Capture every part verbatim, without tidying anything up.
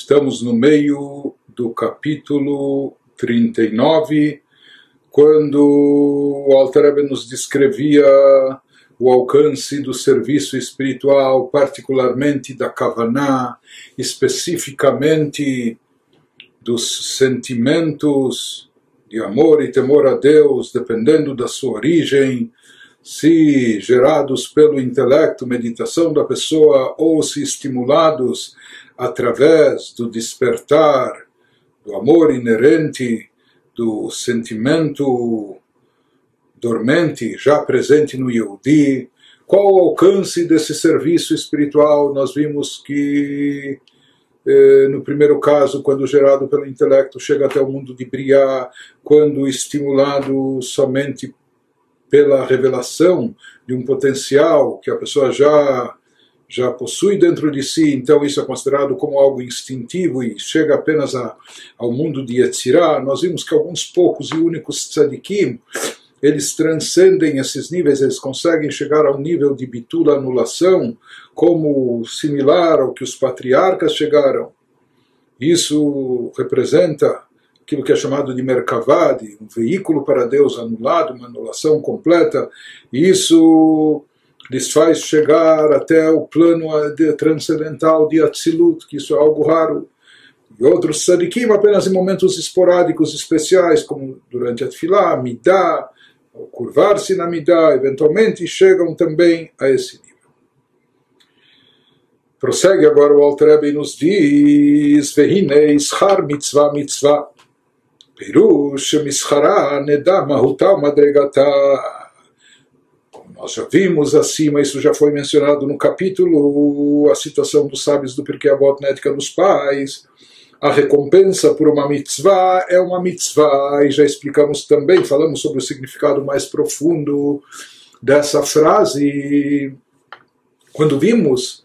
Estamos no meio do capítulo trinta e nove, quando o Alter Rebbe nos descrevia o alcance do serviço espiritual, particularmente da Kavaná, especificamente dos sentimentos de amor e temor a Deus, dependendo da sua origem, se gerados pelo intelecto, meditação da pessoa, ou se estimulados através do despertar do amor inerente, do sentimento dormente, já presente no Yehudi. Qual o alcance desse serviço espiritual? Nós vimos que, eh, no primeiro caso, quando gerado pelo intelecto, chega até o mundo de Briá, quando estimulado somente pela revelação de um potencial que a pessoa já, já possui dentro de si, então isso é considerado como algo instintivo e chega apenas a, ao mundo de Yetzirah. Nós vimos que alguns poucos e únicos tzadikim, eles transcendem esses níveis, eles conseguem chegar ao nível de bitul, anulação, como similar ao que os patriarcas chegaram. Isso representa aquilo que é chamado de Merkavad, um veículo para Deus anulado, uma anulação completa. E isso lhes faz chegar até o plano transcendental de Atzilut, que isso é algo raro. E outros tzadikim apenas em momentos esporádicos especiais, como durante a Tefilá, Midah, ou curvar-se na Midah, eventualmente chegam também a esse nível. Prossegue agora o Alter Rebbe e nos diz: Vehinei schar mitzvah mitzvah Pirush mischara nedá mahutá madregatá. Como nós já vimos acima, isso já foi mencionado no capítulo, a citação dos sábios do Pirkei Avot na Ética dos Pais. A recompensa por uma mitzvah é uma mitzvah, e já explicamos também, falamos sobre o significado mais profundo dessa frase, quando vimos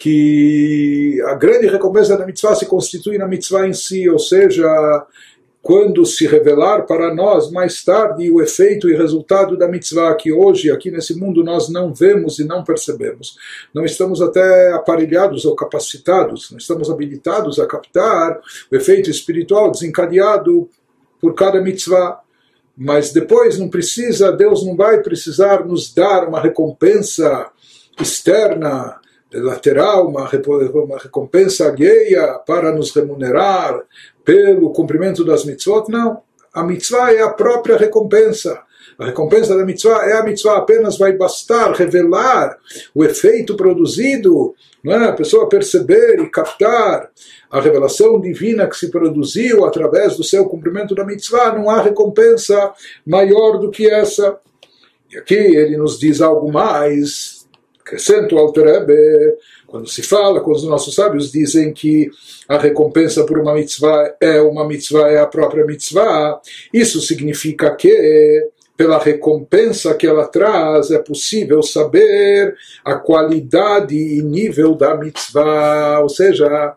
que a grande recompensa da mitzvah se constitui na mitzvah em si, ou seja, quando se revelar para nós mais tarde o efeito e resultado da mitzvah, que hoje aqui nesse mundo nós não vemos e não percebemos. Não estamos até aparelhados ou capacitados, não estamos habilitados a captar o efeito espiritual desencadeado por cada mitzvah. Mas depois não precisa, Deus não vai precisar nos dar uma recompensa externa, lateral, uma recompensa alheia para nos remunerar pelo cumprimento das mitzvot. Não, a mitzvah é a própria recompensa. A recompensa da mitzvah é a mitzvah, apenas vai bastar revelar o efeito produzido, não é? A pessoa perceber e captar a revelação divina que se produziu através do seu cumprimento da mitzvah. Não há recompensa maior do que essa. E aqui ele nos diz algo mais. Acrescenta o Alter Rebbe, quando se fala, quando os nossos sábios dizem que a recompensa por uma mitzvah é uma mitzvah, é a própria mitzvah, isso significa que, pela recompensa que ela traz, é possível saber a qualidade e nível da mitzvah. Ou seja,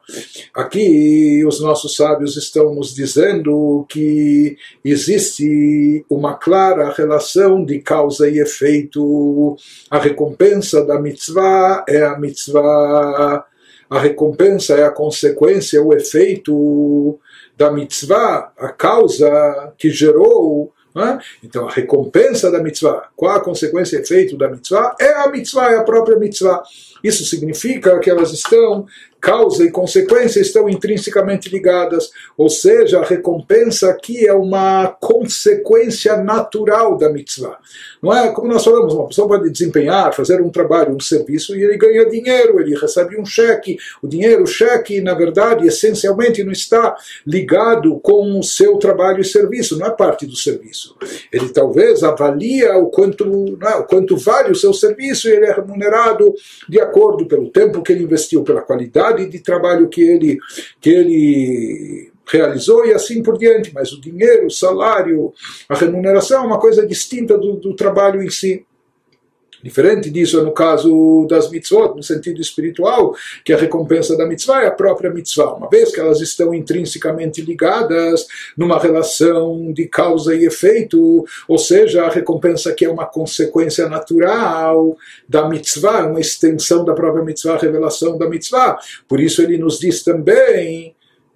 aqui os nossos sábios estão nos dizendo que existe uma clara relação de causa e efeito. A recompensa da mitzvah é a mitzvah. A recompensa é a consequência, o efeito da mitzvah, a causa que gerou. Então a recompensa da mitzvah, qual a consequência e efeito da mitzvah? É a mitzvah, é a própria mitzvah. Isso significa que elas estão, causa e consequência estão intrinsecamente ligadas, ou seja, a recompensa aqui é uma consequência natural da mitzvah. Não é como nós falamos, uma pessoa pode desempenhar, fazer um trabalho, um serviço, e ele ganha dinheiro, ele recebe um cheque. O dinheiro, o cheque, na verdade, essencialmente não está ligado com o seu trabalho e serviço, não é parte do serviço. Ele talvez avalia o quanto, não é, o quanto vale o seu serviço, e ele é remunerado de acordo pelo tempo que ele investiu, pela qualidade de trabalho que ele, que ele realizou e assim por diante. Mas o dinheiro, o salário, a remuneração é uma coisa distinta do, do trabalho em si. Diferente disso é no caso das mitzvot, no sentido espiritual, que a recompensa da mitzvah é a própria mitzvah, uma vez que elas estão intrinsecamente ligadas numa relação de causa e efeito, ou seja, a recompensa que é uma consequência natural da mitzvah, uma extensão da própria mitzvah, a revelação da mitzvah. Por isso ele nos diz também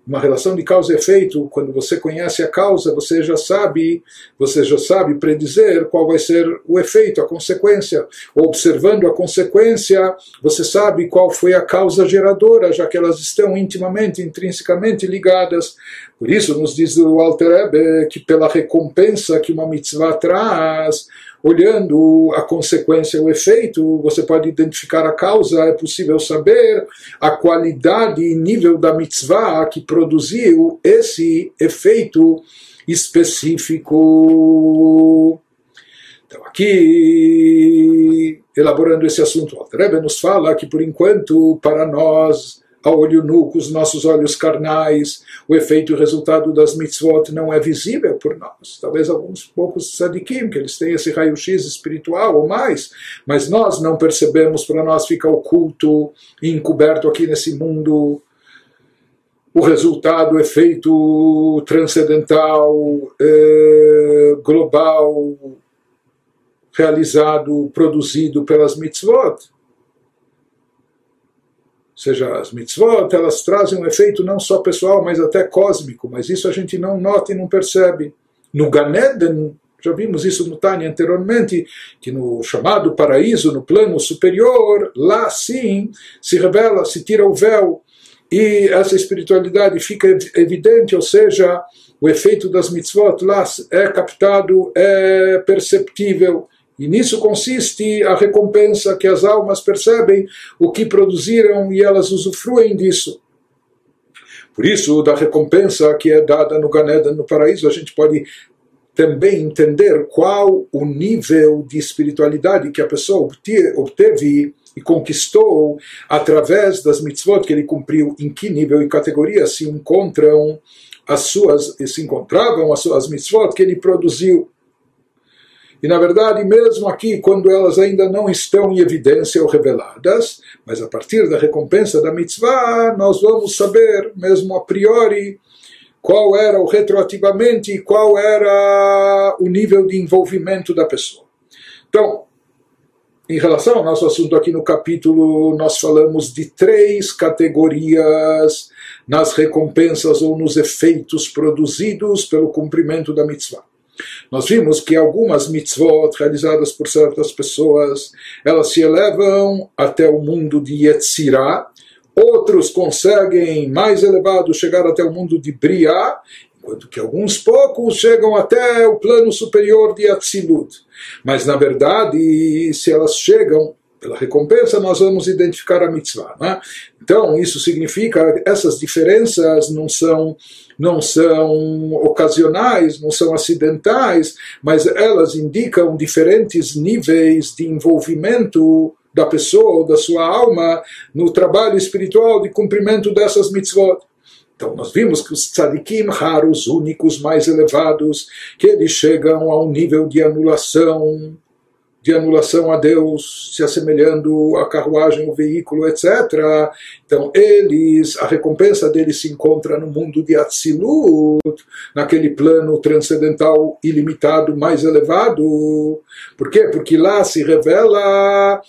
uma relação de causa e efeito, quando você conhece a causa, você já sabe, você já sabe predizer qual vai ser o efeito, a consequência. Observando a consequência, você sabe qual foi a causa geradora, já que elas estão intimamente, intrinsecamente ligadas. Por isso, nos diz o Alter Rebbe que pela recompensa que uma mitzvah traz, olhando a consequência, o efeito, você pode identificar a causa, é possível saber a qualidade e nível da mitzvah que produziu esse efeito específico. Então, aqui, elaborando esse assunto, o Alter Rebbe nos fala que, por enquanto, para nós, a olho nu, com os nossos olhos carnais, o efeito e o resultado das mitzvot não é visível por nós. Talvez alguns poucos tzadikim, que eles têm esse raio-x espiritual ou mais, mas nós não percebemos, para nós fica oculto e encoberto aqui nesse mundo o resultado, o efeito transcendental, eh, global, realizado, produzido pelas mitzvot. Ou seja, as mitzvot, elas trazem um efeito não só pessoal, mas até cósmico, mas isso a gente não nota e não percebe. No Gan Eden, já vimos isso no Tânia anteriormente, que no chamado paraíso, no plano superior, lá sim se revela, se tira o véu, e essa espiritualidade fica evidente, ou seja, o efeito das mitzvot lá é captado, é perceptível. E nisso consiste a recompensa que as almas percebem o que produziram e elas usufruem disso. Por isso, da recompensa que é dada no Gan Eden, no paraíso, a gente pode também entender qual o nível de espiritualidade que a pessoa obteve e conquistou através das mitzvot que ele cumpriu, em que nível e categoria se encontram as suas, se encontravam as suas mitzvot que ele produziu. E, na verdade, mesmo aqui, quando elas ainda não estão em evidência ou reveladas, mas a partir da recompensa da mitzvah, nós vamos saber, mesmo a priori, qual era o retroativamente, qual era o nível de envolvimento da pessoa. Então, em relação ao nosso assunto aqui no capítulo, nós falamos de três categorias nas recompensas ou nos efeitos produzidos pelo cumprimento da mitzvah. Nós vimos que algumas mitzvot realizadas por certas pessoas, elas se elevam até o mundo de Yetzirah, outros conseguem, mais elevado, chegar até o mundo de Briah, enquanto que alguns poucos chegam até o plano superior de Atzilut. Mas, na verdade, se elas chegam pela recompensa, nós vamos identificar a mitzvah. Né? Então, isso significa que essas diferenças não são, não são ocasionais, não são acidentais, mas elas indicam diferentes níveis de envolvimento da pessoa ou da sua alma no trabalho espiritual de cumprimento dessas mitzvot. Então, nós vimos que os tzadikim raros, únicos, mais elevados, que eles chegam a um nível de anulação, de anulação a Deus, se assemelhando à carruagem, ao veículo, etcétera. Então, eles, a recompensa deles se encontra no mundo de Atzilut, naquele plano transcendental ilimitado mais elevado. Por quê? Porque lá se revela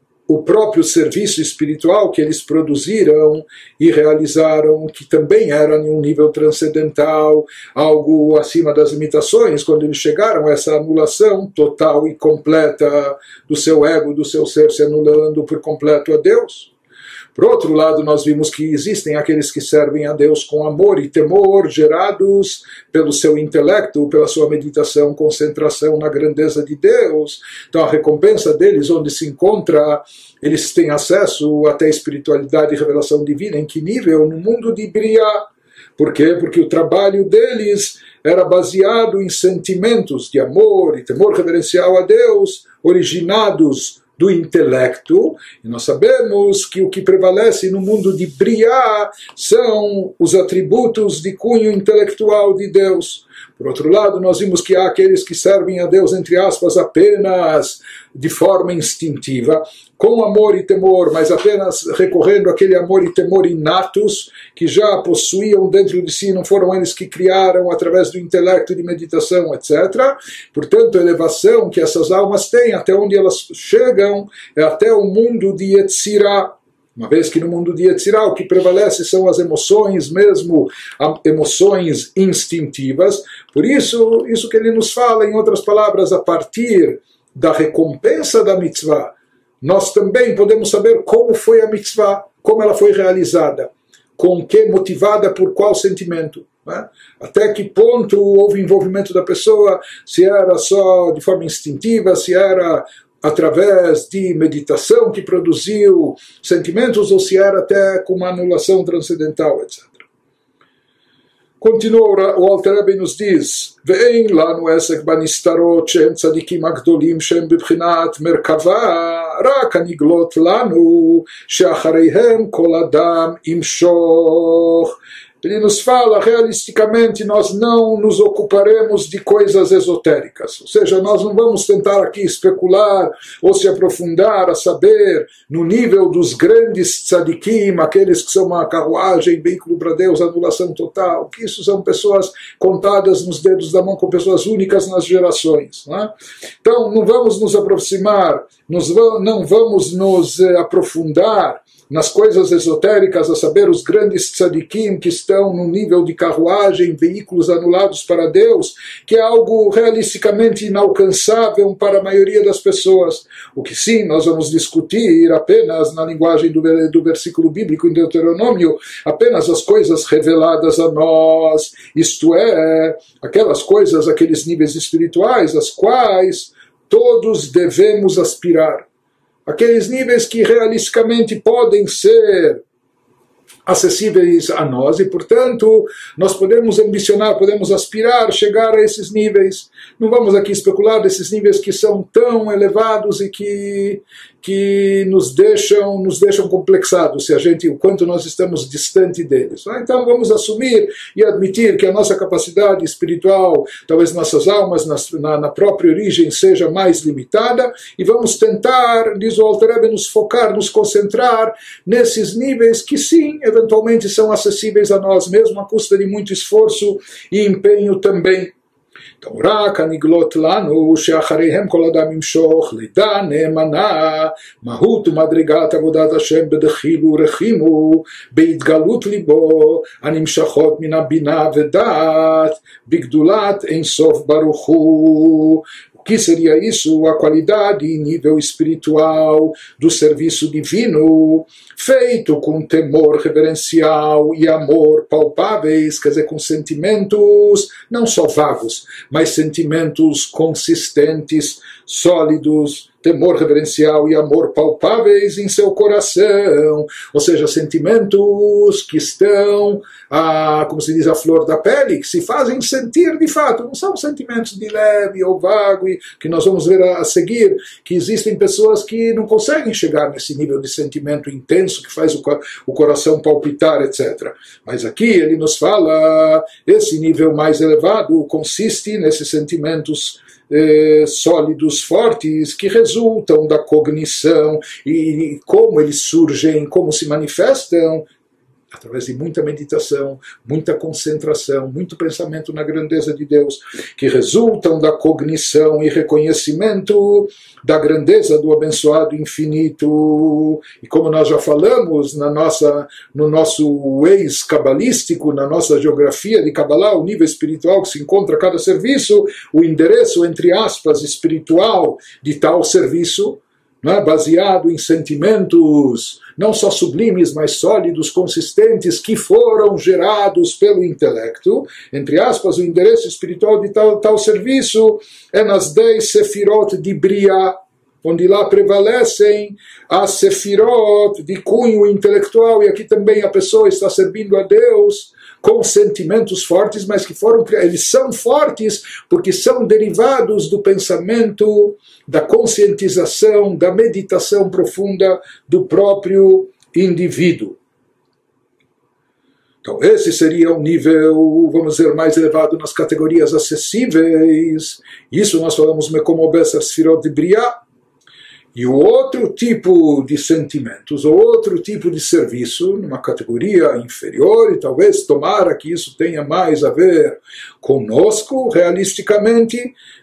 o próprio serviço espiritual que eles produziram e realizaram, que também era em um nível transcendental, algo acima das limitações, quando eles chegaram a essa anulação total e completa do seu ego, do seu ser se anulando por completo a Deus. Por outro lado, nós vimos que existem aqueles que servem a Deus com amor e temor, gerados pelo seu intelecto, pela sua meditação, concentração na grandeza de Deus. Então, a recompensa deles, onde se encontra, eles têm acesso até a espiritualidade e revelação divina. Em que nível? No mundo de Briah. Por quê? Porque o trabalho deles era baseado em sentimentos de amor e temor reverencial a Deus, originados do intelecto, e nós sabemos que o que prevalece no mundo de Briah são os atributos de cunho intelectual de Deus. Por outro lado, nós vimos que há aqueles que servem a Deus, entre aspas, apenas de forma instintiva, com amor e temor, mas apenas recorrendo àquele amor e temor inatos que já possuíam dentro de si, não foram eles que criaram através do intelecto de meditação, etcétera. Portanto, a elevação que essas almas têm, até onde elas chegam, é até o mundo de Yetzirah. Uma vez que no mundo de Yetzirah o que prevalece são as emoções, mesmo emoções instintivas. Por isso, isso que ele nos fala, em outras palavras, a partir da recompensa da mitzvah, nós também podemos saber como foi a mitzvah, como ela foi realizada, com que, motivada por qual sentimento. Né? Até que ponto houve envolvimento da pessoa, se era só de forma instintiva, se era através de meditação que produziu sentimentos, ou se era até com uma anulação transcendental, etcétera. Continua o Alter Rebbe nos diz: "Ve'ein lanu esek banistarot shehem tzadikim agdolim shehem bebchinat merkava rak aniglot lanu sheachareihem kol adam imshoch." Ele nos fala, realisticamente, nós não nos ocuparemos de coisas esotéricas. Ou seja, nós não vamos tentar aqui especular ou se aprofundar a saber no nível dos grandes tzadikim, aqueles que são uma carruagem, veículo para Deus, anulação total, que isso são pessoas contadas nos dedos da mão, com pessoas únicas nas gerações. Não é? Então, não vamos nos aproximar, nos, não vamos nos eh, aprofundar nas coisas esotéricas, a saber, os grandes tzadikim que estão no nível de carruagem, veículos anulados para Deus, que é algo realisticamente inalcançável para a maioria das pessoas. O que sim, nós vamos discutir apenas na linguagem do, do versículo bíblico em Deuteronômio, apenas as coisas reveladas a nós, isto é, aquelas coisas, aqueles níveis espirituais, às quais todos devemos aspirar. Aqueles níveis que realisticamente podem ser acessíveis a nós e, portanto, nós podemos ambicionar, podemos aspirar, chegar a esses níveis. Não vamos aqui especular desses níveis que são tão elevados e que, que nos deixam, nos deixam complexados, se a gente, o quanto nós estamos distante deles. Então vamos assumir e admitir que a nossa capacidade espiritual, talvez nossas almas na, na própria origem seja mais limitada, e vamos tentar, diz o Alter Rebbe, nos focar, nos concentrar nesses níveis que sim, eventualmente são acessíveis a nós, mesmo à custa de muito esforço e empenho também. então, רק הנגלות לנו שאחריהם כל אדם ימשוך לידע נאמנה מהות ומדרגת עבודת השם בדחילו ורחימו בהתגלות ליבו הנמשכות מן הבינה ודעת בגדולת אין סוף ברוך הוא. O que seria isso? A qualidade e nível espiritual do serviço divino, feito com temor reverencial e amor palpáveis, quer dizer, com sentimentos não só vagos, mas sentimentos consistentes, sólidos, temor reverencial e amor palpáveis em seu coração, ou seja, sentimentos que estão, a, como se diz, a flor da pele, que se fazem sentir de fato, não são sentimentos de leve ou vago, que nós vamos ver a, a seguir, que existem pessoas que não conseguem chegar nesse nível de sentimento intenso que faz o, o coração palpitar, etcétera. Mas aqui ele nos fala, esse nível mais elevado consiste nesses sentimentos Eh, sólidos, fortes, que resultam da cognição e, e como eles surgem, como se manifestam, através de muita meditação, muita concentração, muito pensamento na grandeza de Deus, que resultam da cognição e reconhecimento da grandeza do abençoado infinito. E como nós já falamos na nossa, no nosso ex cabalístico, na nossa geografia de Kabbalah, o nível espiritual que se encontra a cada serviço, o endereço, entre aspas, espiritual de tal serviço, não é? Baseado em sentimentos não só sublimes, mas sólidos, consistentes, que foram gerados pelo intelecto, entre aspas, o endereço espiritual de tal, tal serviço é nas dez sefirot de Briá, onde lá prevalecem as sefirot de cunho intelectual, e aqui também a pessoa está servindo a Deus com sentimentos fortes, mas que foram eles são fortes porque são derivados do pensamento, da conscientização, da meditação profunda do próprio indivíduo. Então esse seria um nível, vamos dizer, mais elevado nas categorias acessíveis. Isso nós falamos Mekom Beser Sfirot de Briá. E o outro tipo de sentimentos, ou outro tipo de serviço, numa categoria inferior, e talvez tomara que isso tenha mais a ver conosco, realisticamente,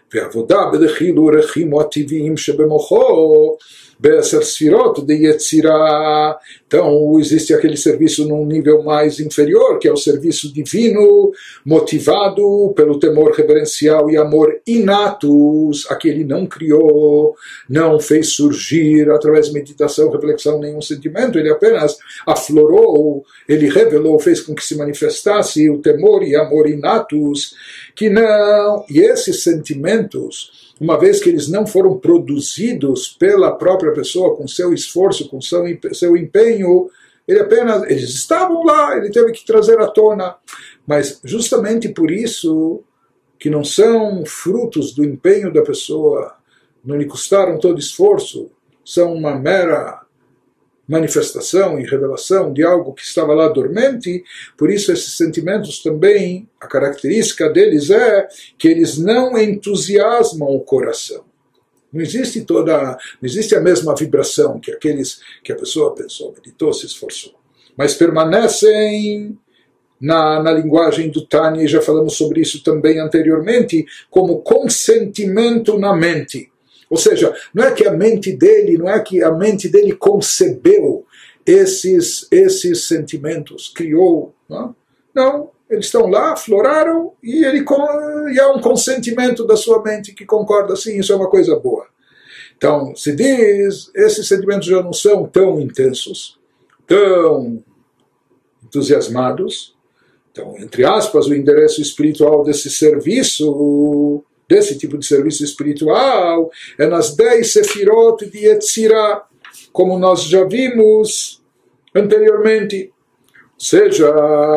ועבודה בדחילו רחימו הטבעיים שבמוחו בעשר ספירות de יצירה. Então existe aquele serviço num nível mais inferior, que é o serviço divino, motivado pelo temor reverencial e amor inatos, a que ele não criou, não fez surgir através de meditação, reflexão, nenhum sentimento, ele apenas aflorou, ele revelou, fez com que se manifestasse o temor e amor inatos, que não, e esses sentimentos, uma vez que eles não foram produzidos pela própria pessoa com seu esforço, com seu, seu empenho, ele apenas, eles estavam lá, ele teve que trazer à tona. Mas justamente por isso que não são frutos do empenho da pessoa, não lhe custaram todo esforço, são uma mera manifestação e revelação de algo que estava lá dormente. Por isso esses sentimentos também, a característica deles é que eles não entusiasmam o coração. Não existe toda, não existe a mesma vibração que aqueles que a pessoa pensou, meditou, se esforçou, mas permanecem na, na linguagem do Tânia, e já falamos sobre isso também anteriormente, como consentimento na mente. Ou seja, não é que a mente dele, não é que a mente dele concebeu esses, esses sentimentos, criou. Não, não, eles estão lá, afloraram, e, ele, e há um consentimento da sua mente que concorda, sim, isso é uma coisa boa. Então, se diz, esses sentimentos já não são tão intensos, tão entusiasmados. Então, entre aspas, o endereço espiritual desse serviço, desse tipo de serviço espiritual, é nas dez sefirot de Yetzirah, como nós já vimos anteriormente. Ou seja,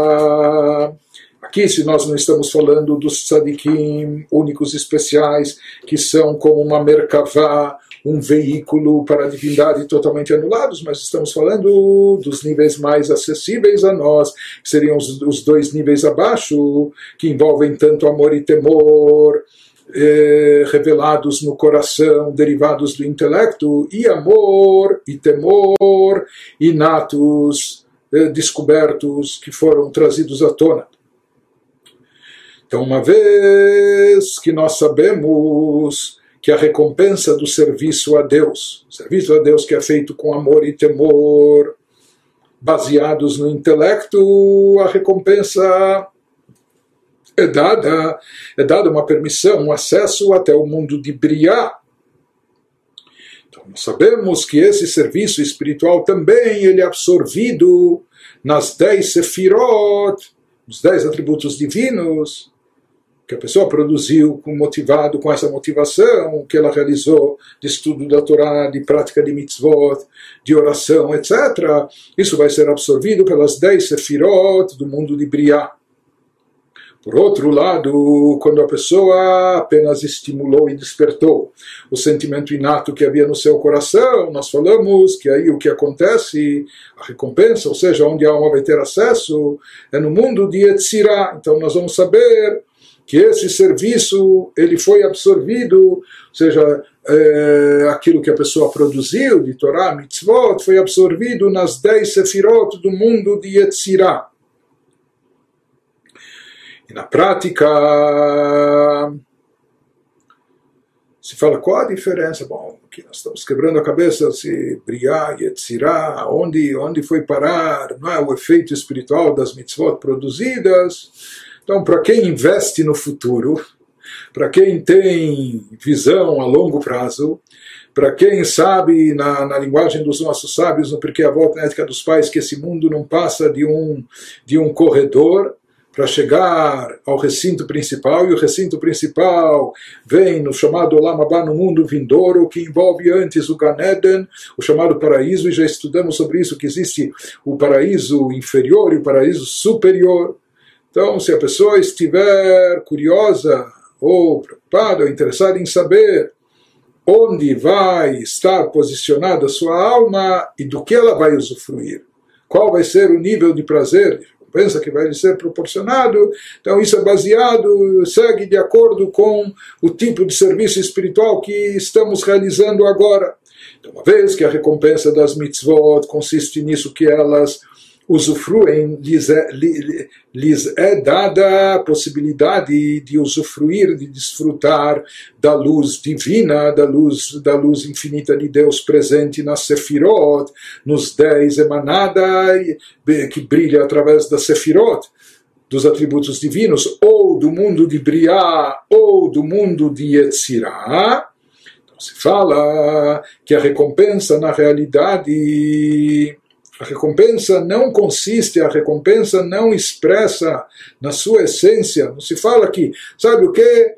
aqui se nós não estamos falando dos tzadikim únicos especiais, que são como uma merkavá, um veículo para a divindade totalmente anulados, mas estamos falando dos níveis mais acessíveis a nós, que seriam os, os dois níveis abaixo, que envolvem tanto amor e temor, Eh, revelados no coração, derivados do intelecto, e amor e temor inatos, eh, descobertos, que foram trazidos à tona. Então, uma vez que nós sabemos que a recompensa do serviço a Deus, serviço a Deus que é feito com amor e temor, baseados no intelecto, a recompensa é dada, é dada uma permissão, um acesso até o mundo de Briá. Então nós sabemos que esse serviço espiritual também ele é absorvido nas dez sefirot, os dez atributos divinos, que a pessoa produziu com, motivado com essa motivação que ela realizou de estudo da Torá, de prática de mitzvot, de oração, etcétera. Isso vai ser absorvido pelas dez sefirot do mundo de Briá. Por outro lado, quando a pessoa apenas estimulou e despertou o sentimento inato que havia no seu coração, nós falamos que aí o que acontece, a recompensa, ou seja, onde a alma vai ter acesso, é no mundo de Yetzirah. Então nós vamos saber que esse serviço ele foi absorvido, ou seja, é, aquilo que a pessoa produziu de Torá, mitzvot, foi absorvido nas dez sefirot do mundo de Yetzirah. E na prática, se fala qual a diferença? Bom, aqui nós estamos quebrando a cabeça se Briá, Yetzirah, onde, onde foi parar, não é, o efeito espiritual das mitzvot produzidas. Então, para quem investe no futuro, para quem tem visão a longo prazo, para quem sabe, na, na linguagem dos nossos sábios, no Pirkei Avot, na ética dos pais, que esse mundo não passa de um, de um corredor, para chegar ao recinto principal, e o recinto principal vem no chamado Olam Haba, no mundo vindouro, que envolve antes o Gan Eden, o chamado paraíso, e já estudamos sobre isso, que existe o paraíso inferior e o paraíso superior. Então, se a pessoa estiver curiosa, ou preocupada, ou interessada em saber onde vai estar posicionada a sua alma e do que ela vai usufruir, qual vai ser o nível de prazer, pensa que vai lhe ser proporcionado, então isso é baseado, segue de acordo com o tipo de serviço espiritual que estamos realizando agora. Então, uma vez que a recompensa das mitzvot consiste nisso que elas usufruem, lhes é, lhes é dada a possibilidade de usufruir, de desfrutar da luz divina, da luz, da luz infinita de Deus presente na Sefirot, nos dez emanada que brilha através da Sefirot, dos atributos divinos, ou do mundo de Briá, ou do mundo de Yetzirah. Então se fala que a recompensa na realidade... A recompensa não consiste, a recompensa não expressa na sua essência. Não se fala que, sabe o que?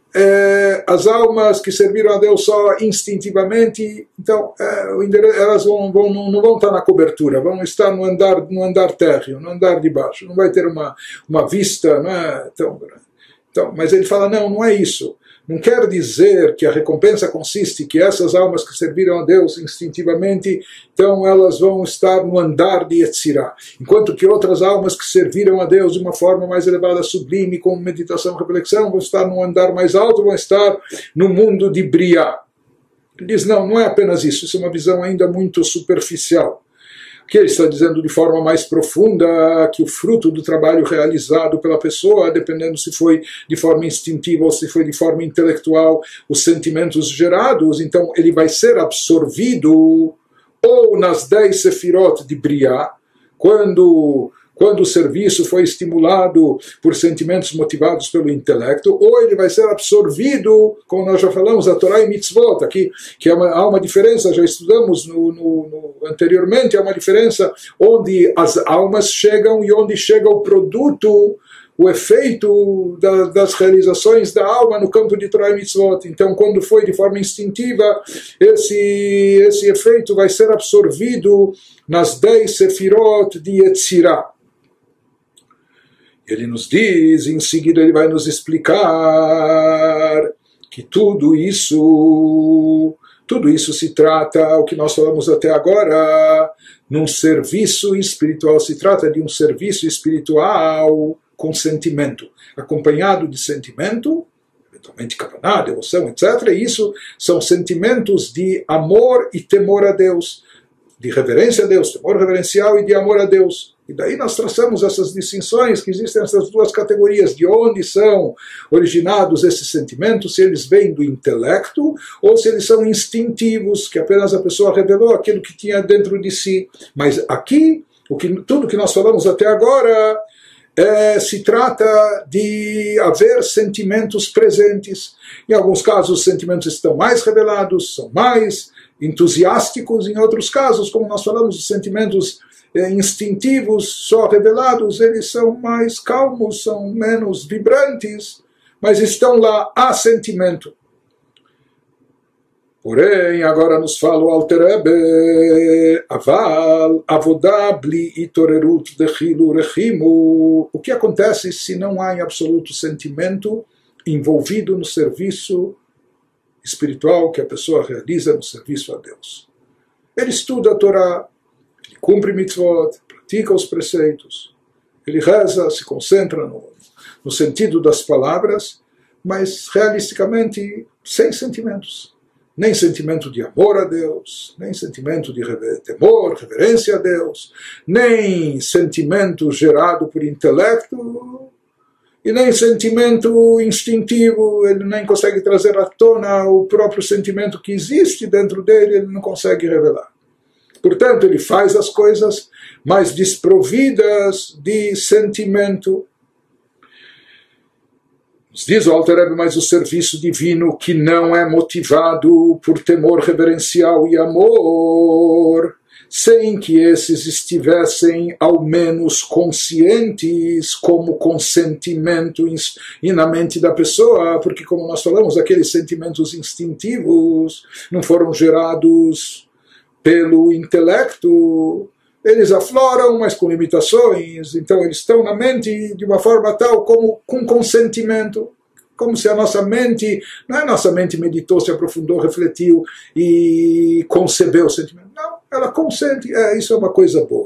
É, as almas que serviram a Deus só instintivamente, então é, elas vão, vão, não vão estar na cobertura, vão estar no andar, no andar térreo, no andar de baixo. Não vai ter uma, uma vista, não é? Então, então, mas ele fala, não, não é isso. Não quer dizer que a recompensa consiste que essas almas que serviram a Deus instintivamente, então elas vão estar no andar de Yetzirah, enquanto que outras almas que serviram a Deus de uma forma mais elevada, sublime, com meditação e reflexão, vão estar no andar mais alto, vão estar no mundo de Briá. Ele diz, não, não é apenas isso, isso é uma visão ainda muito superficial. Que ele está dizendo de forma mais profunda que o fruto do trabalho realizado pela pessoa, dependendo se foi de forma instintiva ou se foi de forma intelectual, os sentimentos gerados, então ele vai ser absorvido ou nas dez sefirot de Briá, quando... quando o serviço foi estimulado por sentimentos motivados pelo intelecto, ou ele vai ser absorvido, como nós já falamos, a Torá e Mitzvot, aqui, que é uma, há uma diferença, já estudamos no, no, no, anteriormente, há uma diferença onde as almas chegam e onde chega o produto, o efeito da, das realizações da alma no campo de Torá e Mitzvot. Então, quando foi de forma instintiva, esse, esse efeito vai ser absorvido nas dez sefirot de Yetzirah. Ele nos diz, em seguida ele vai nos explicar que tudo isso, tudo isso se trata, o que nós falamos até agora, num serviço espiritual, se trata de um serviço espiritual com sentimento, acompanhado de sentimento, eventualmente kavaná, devoção, etcétera. E isso são sentimentos de amor e temor a Deus, de reverência a Deus, temor reverencial e de amor a Deus. E daí nós traçamos essas distinções, que existem essas duas categorias, de onde são originados esses sentimentos, se eles vêm do intelecto, ou se eles são instintivos, que apenas a pessoa revelou aquilo que tinha dentro de si. Mas aqui, o que, tudo que nós falamos até agora, é, se trata de haver sentimentos presentes. Em alguns casos os sentimentos estão mais revelados, são mais entusiásticos, em outros casos, como nós falamos, os sentimentos instintivos, só revelados, eles são mais calmos, são menos vibrantes, mas estão lá, há sentimento. Porém, agora nos fala o Alter Rebbe, aval, avodah bli itorerut dechilu rechimu. O que acontece se não há em absoluto sentimento envolvido no serviço espiritual que a pessoa realiza no serviço a Deus? Ele estuda a Torá, ele cumpre mitzvot, pratica os preceitos, ele reza, se concentra no, no sentido das palavras, mas realisticamente sem sentimentos. Nem sentimento de amor a Deus, nem sentimento de temor, reverência a Deus, nem sentimento gerado por intelecto, e nem sentimento instintivo. Ele nem consegue trazer à tona o próprio sentimento que existe dentro dele, ele não consegue revelar. Portanto, ele faz as coisas mais desprovidas de sentimento. Nos diz o Alter Rebbe, mas o serviço divino que não é motivado por temor reverencial e amor, sem que esses estivessem ao menos conscientes como consentimento e na mente da pessoa, porque como nós falamos, aqueles sentimentos instintivos não foram gerados pelo intelecto, eles afloram, mas com limitações, então eles estão na mente de uma forma tal como com consentimento, como se a nossa mente, não é a nossa mente meditou, se aprofundou, refletiu e concebeu o sentimento, não, ela consente, é, isso é uma coisa boa.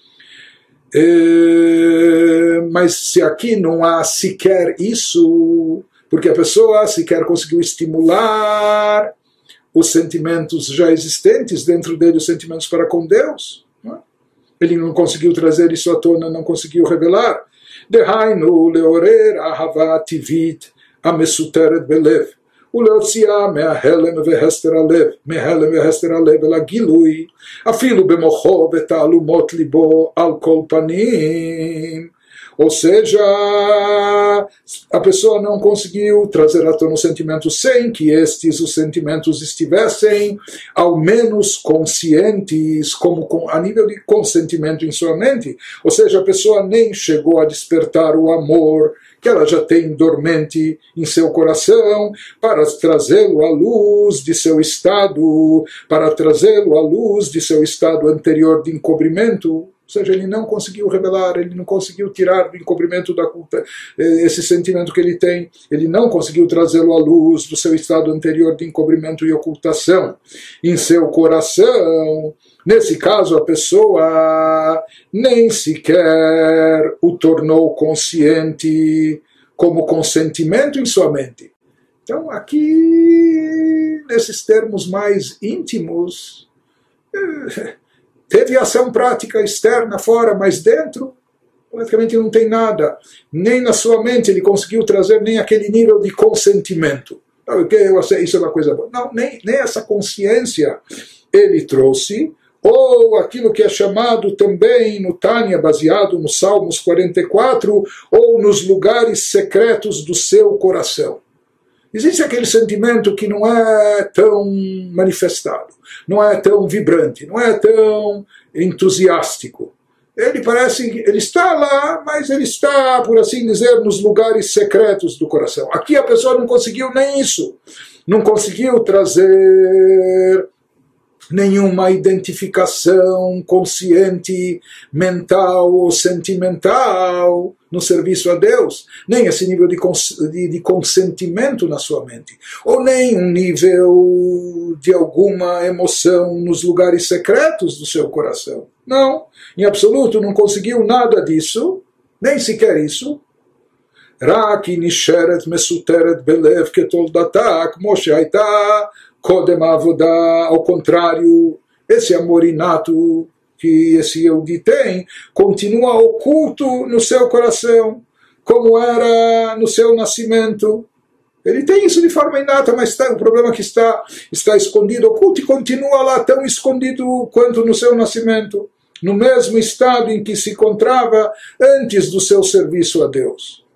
É, mas se aqui não há sequer isso, porque a pessoa sequer conseguiu estimular os sentimentos já existentes dentro dele, os sentimentos para com Deus, não é? Ele não conseguiu trazer isso à tona, não conseguiu revelar. Dehainu leorer ahava tivit amesuteret belev. ולהוציאה מההלם והסתר הלב, מההלם והסתר הלב אל הגילוי, אפילו במוחו ותעלומות ליבו על כל פנים. Ou seja, a pessoa não conseguiu trazer à tona os sentimentos sem que estes, os sentimentos, estivessem ao menos conscientes, como a nível de consentimento em sua mente. Ou seja, a pessoa nem chegou a despertar o amor que ela já tem dormente em seu coração, para trazê-lo à luz de seu estado, para trazê-lo à luz de seu estado anterior de encobrimento. Ou seja, ele não conseguiu revelar, ele não conseguiu tirar do encobrimento da culpa esse sentimento que ele tem, ele não conseguiu trazê-lo à luz do seu estado anterior de encobrimento e ocultação em seu coração. Nesse caso, a pessoa nem sequer o tornou consciente como consentimento em sua mente. Então, aqui, nesses termos mais íntimos, teve ação prática externa, fora, mas dentro, praticamente não tem nada. Nem na sua mente ele conseguiu trazer nem aquele nível de consentimento. Eu sei, isso é uma coisa boa. Não, nem, nem essa consciência ele trouxe, ou aquilo que é chamado também no Tânia, baseado nos Salmos quarenta e quatro, ou nos lugares secretos do seu coração. Existe aquele sentimento que não é tão manifestado, não é tão vibrante, não é tão entusiástico. Ele parece, ele está lá, mas ele está, por assim dizer, nos lugares secretos do coração. Aqui a pessoa não conseguiu nem isso, não conseguiu trazer nenhuma identificação consciente, mental ou sentimental no serviço a Deus, nem esse nível de, cons de, de consentimento na sua mente, ou nem um nível de alguma emoção nos lugares secretos do seu coração. Não, em absoluto não conseguiu nada disso, nem sequer isso. רק היא נשארת מסותרת בלב כתולדתה, כמו שהייתה קודם העבודה. Ao contrário, esse amor inato que esse Yehudi tem continua oculto no seu coração, como era no seu nascimento. Ele tem isso de forma inata, mas está, o problema é que está, está escondido, oculto, e continua lá tão escondido quanto no seu nascimento, no mesmo estado em que se encontrava antes do seu serviço a Deus.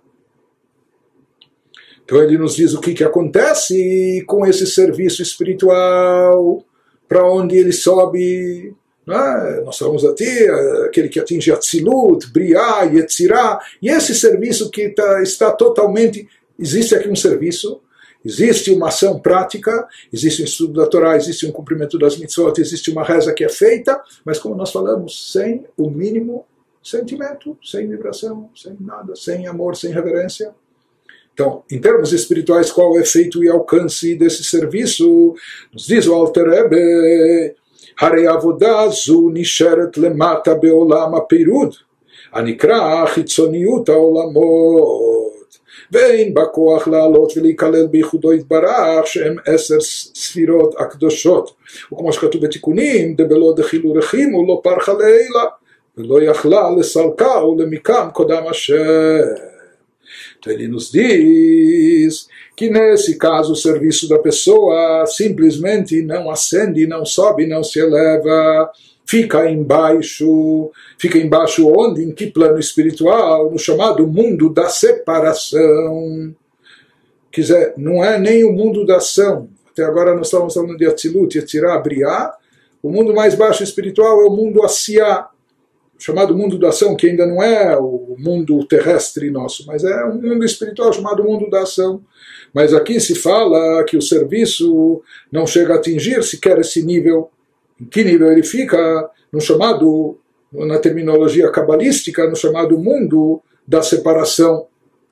Então ele nos diz o que, que acontece com esse serviço espiritual, para onde ele sobe. Né? Nós falamos aqui, aquele que atinge Atzilut, Briá, Yetzirá, e esse serviço que tá, está totalmente... Existe aqui um serviço, existe uma ação prática, existe um estudo da Torá, existe um cumprimento das mitzvot, existe uma reza que é feita, mas como nós falamos, sem o mínimo sentimento, sem vibração, sem nada, sem amor, sem reverência. Então, em termos espirituais, qual é o efeito e alcance desse serviço? Nos diz o Alter Rebbe, Harei avodah zu nisheret lemata beolam hapirud, anikra chitzoniut haolamot, ואין בה כוח לעלות ולהיכלל בייחודו יתברך שהם עשר ספירות הקדושות. וכמו שכתוב בתיקונים, דבלא דחילו רחימו לא פרחה לעילה, ולא יכלה לסלקה ולמיקם קודם השם. Então ele nos diz que nesse caso o serviço da pessoa simplesmente não ascende, não sobe, não se eleva, fica embaixo. Fica embaixo onde? Em que plano espiritual? No chamado mundo da separação. Quer dizer, não é nem o mundo da ação. Até agora nós estamos falando de Atzilut, Yetzirá, Briá. O mundo mais baixo espiritual é o mundo Asiá, chamado mundo da ação, que ainda não é o mundo terrestre nosso, mas é um mundo espiritual chamado mundo da ação. Mas aqui se fala que o serviço não chega a atingir sequer esse nível. Em que nível ele fica? No chamado, na terminologia cabalística, no chamado mundo da separação.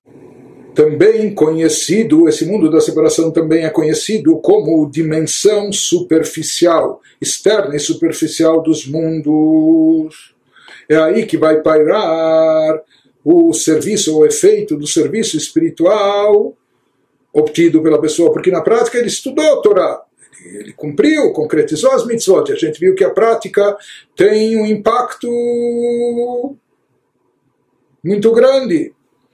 Também conhecido, esse mundo da separação também é conhecido como dimensão superficial, externa e superficial dos mundos. É aí que vai pairar o serviço, o efeito do serviço espiritual obtido pela pessoa, porque na prática ele estudou a Torá, Ele cumpriu, concretizou as mitzvot, e a gente viu que a prática tem um impacto muito grande.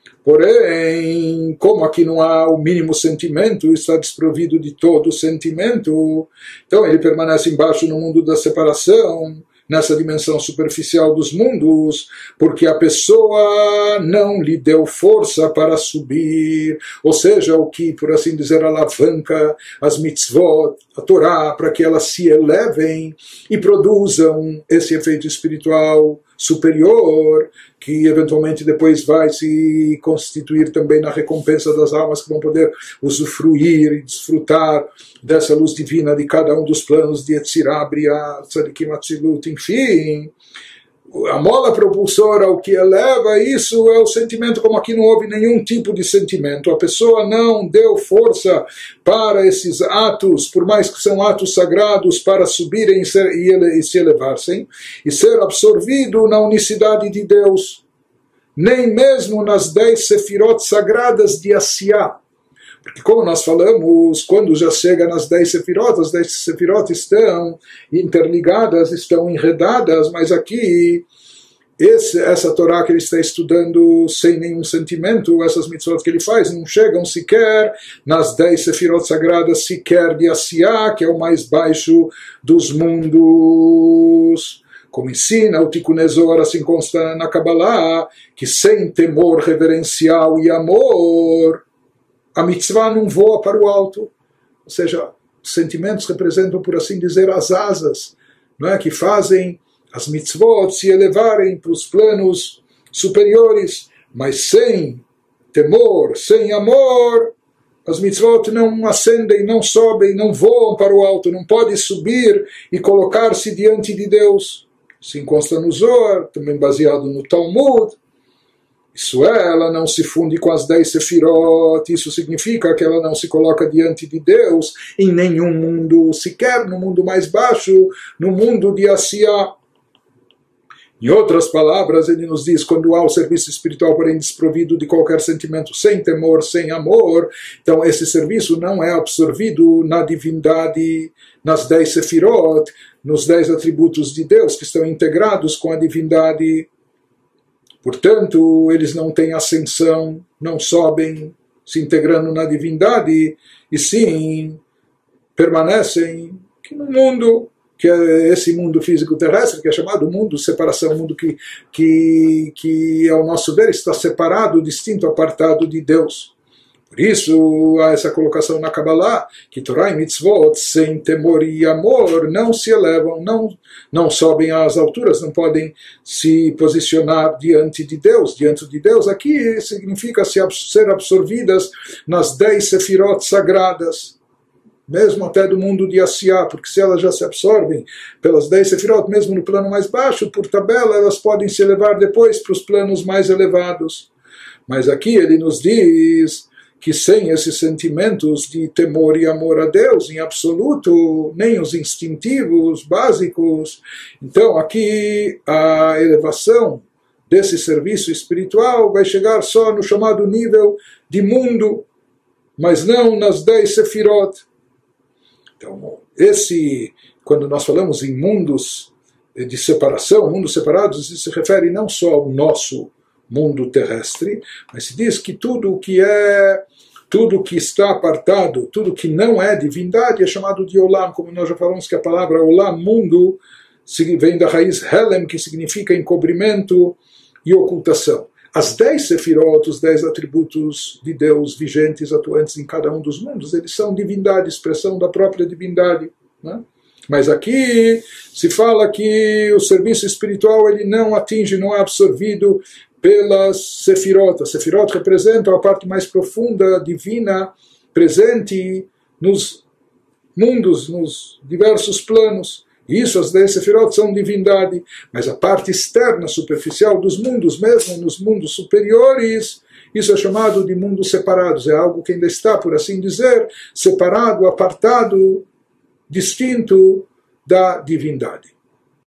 Porém, como aqui não há o mínimo sentimento, está desprovido de todo sentimento, então ele permanece embaixo no mundo da separação, nessa dimensão superficial dos mundos, porque a pessoa não lhe deu força para subir, ou seja, o que, por assim dizer, alavanca as mitzvot, a Torá, para que elas se elevem e produzam esse efeito espiritual superior, que eventualmente depois vai se constituir também na recompensa das almas que vão poder usufruir e desfrutar dessa luz divina de cada um dos planos de Yetzirah, Briah, Tzadikim, Atzilut, enfim. A mola propulsora, o que eleva isso é o sentimento, como aqui não houve nenhum tipo de sentimento. A pessoa não deu força para esses atos, por mais que são atos sagrados, para subirem e, ser, e, ele, e se elevassem, e ser absorvido na unicidade de Deus. Nem mesmo nas dez sefirot sagradas de Asiá. Porque como nós falamos, quando já chega nas dez sefirot, as dez sefirot estão interligadas, estão enredadas, mas aqui, esse, essa Torá que ele está estudando sem nenhum sentimento, essas mitzvot que ele faz, não chegam sequer nas dez sefirot sagradas, sequer de Asiá, que é o mais baixo dos mundos. Como ensina o Tikkun Ezor, assim consta na Kabbalah, que sem temor reverencial e amor, a mitzvah não voa para o alto. Ou seja, os sentimentos representam, por assim dizer, as asas, não é? Que fazem as mitzvot se elevarem para os planos superiores, mas sem temor, sem amor, as mitzvot não ascendem, não sobem, não voam para o alto, não podem subir e colocar-se diante de Deus. Assim consta no Zohar, também baseado no Talmud. Isso é, ela não se funde com as dez sefirot, isso significa que ela não se coloca diante de Deus em nenhum mundo, sequer no mundo mais baixo, no mundo de Asiá. Em outras palavras, ele nos diz, quando há o serviço espiritual, porém desprovido de qualquer sentimento, sem temor, sem amor, então esse serviço não é absorvido na divindade, nas dez sefirot, nos dez atributos de Deus, que estão integrados com a divindade. Portanto, eles não têm ascensão, não sobem se integrando na divindade, e sim permanecem no mundo, que é esse mundo físico terrestre, que é chamado mundo separação, mundo que, que, que ao nosso ver está separado, distinto, apartado de Deus. Por isso, há essa colocação na Kabbalah, que Torá e Mitzvot, sem temor e amor, não se elevam, não, não sobem às alturas, não podem se posicionar diante de Deus. Diante de Deus, aqui significa ser absorvidas nas dez sefirot sagradas, mesmo até do mundo de Asiá, porque se elas já se absorvem pelas dez sefirot, mesmo no plano mais baixo, por tabela, elas podem se elevar depois para os planos mais elevados. Mas aqui ele nos diz que sem esses sentimentos de temor e amor a Deus, em absoluto, nem os instintivos básicos, então aqui a elevação desse serviço espiritual vai chegar só no chamado nível de mundo, mas não nas dez sefirot. Então, esse, quando nós falamos em mundos de separação, mundos separados, isso se refere não só ao nosso mundo terrestre, mas se diz que tudo o que é, tudo que está apartado, tudo que não é divindade é chamado de Olam, como nós já falamos que a palavra Olam, mundo, vem da raiz Helem, que significa encobrimento e ocultação. As dez sefirot, os dez atributos de Deus vigentes, atuantes em cada um dos mundos, eles são divindade, expressão da própria divindade, né? Mas aqui se fala que o serviço espiritual ele não atinge, não é absorvido pelas sefirot. As sefirot representam a parte mais profunda, divina, presente nos mundos, nos diversos planos. Isso, as dez sefirot são divindade, mas a parte externa, superficial dos mundos, mesmo nos mundos superiores, isso é chamado de mundos separados. É algo que ainda está, por assim dizer, separado, apartado, distinto da divindade.